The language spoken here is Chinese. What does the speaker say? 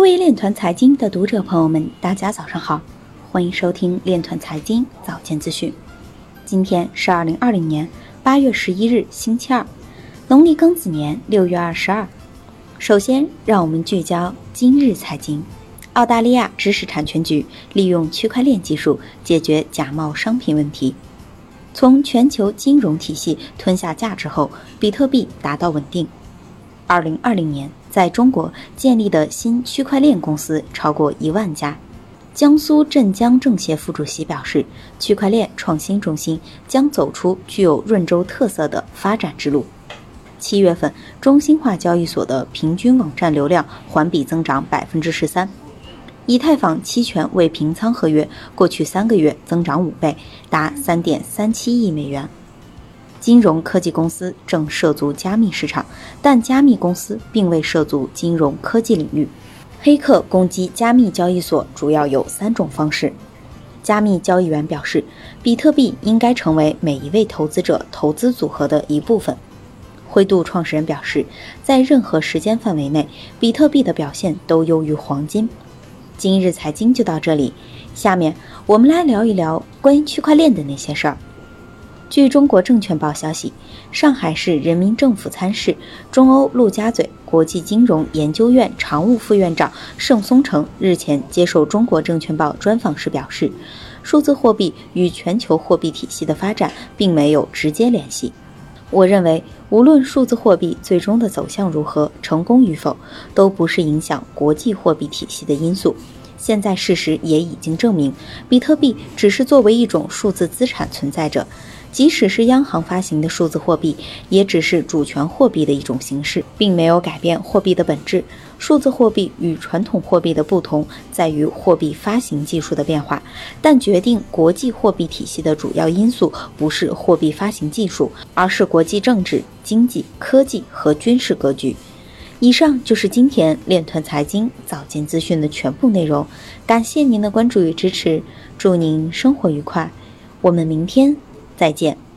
各位链团财经的读者朋友们，大家早上好，欢迎收听链团财经早间资讯。今天是2020年8月11日，星期二，农历庚子年6月22。首先，让我们聚焦今日财经。澳大利亚知识产权局利用区块链技术解决假冒商品问题。从全球金融体系吞下价值后，比特币达到稳定。2020年，在中国建立的新区块链公司超过1万家。江苏镇江政协副主席表示，区块链创新中心将走出具有润州特色的发展之路。7月份，中心化交易所的平均网站流量环比增长13%。以太坊期权未平仓合约过去3个月增长5倍，达3.37亿美元。金融科技公司正涉足加密市场，但加密公司并未涉足金融科技领域。黑客攻击加密交易所主要有3种方式。加密交易员表示，比特币应该成为每一位投资者投资组合的一部分。灰度创始人表示，在任何时间范围内，比特币的表现都优于黄金。今日财经就到这里，下面我们来聊一聊关于区块链的那些事儿。据中国证券报消息，上海市人民政府参事、中欧陆家嘴国际金融研究院常务副院长盛松成日前接受中国证券报专访时表示，数字货币与全球货币体系的发展并没有直接联系。我认为，无论数字货币最终的走向如何，成功与否，都不是影响国际货币体系的因素。现在事实也已经证明，比特币只是作为一种数字资产存在着。即使是央行发行的数字货币，也只是主权货币的一种形式，并没有改变货币的本质。数字货币与传统货币的不同在于货币发行技术的变化，但决定国际货币体系的主要因素不是货币发行技术，而是国际政治、经济、科技和军事格局。以上就是今天链团财经早间资讯的全部内容，感谢您的关注与支持，祝您生活愉快，我们明天再见。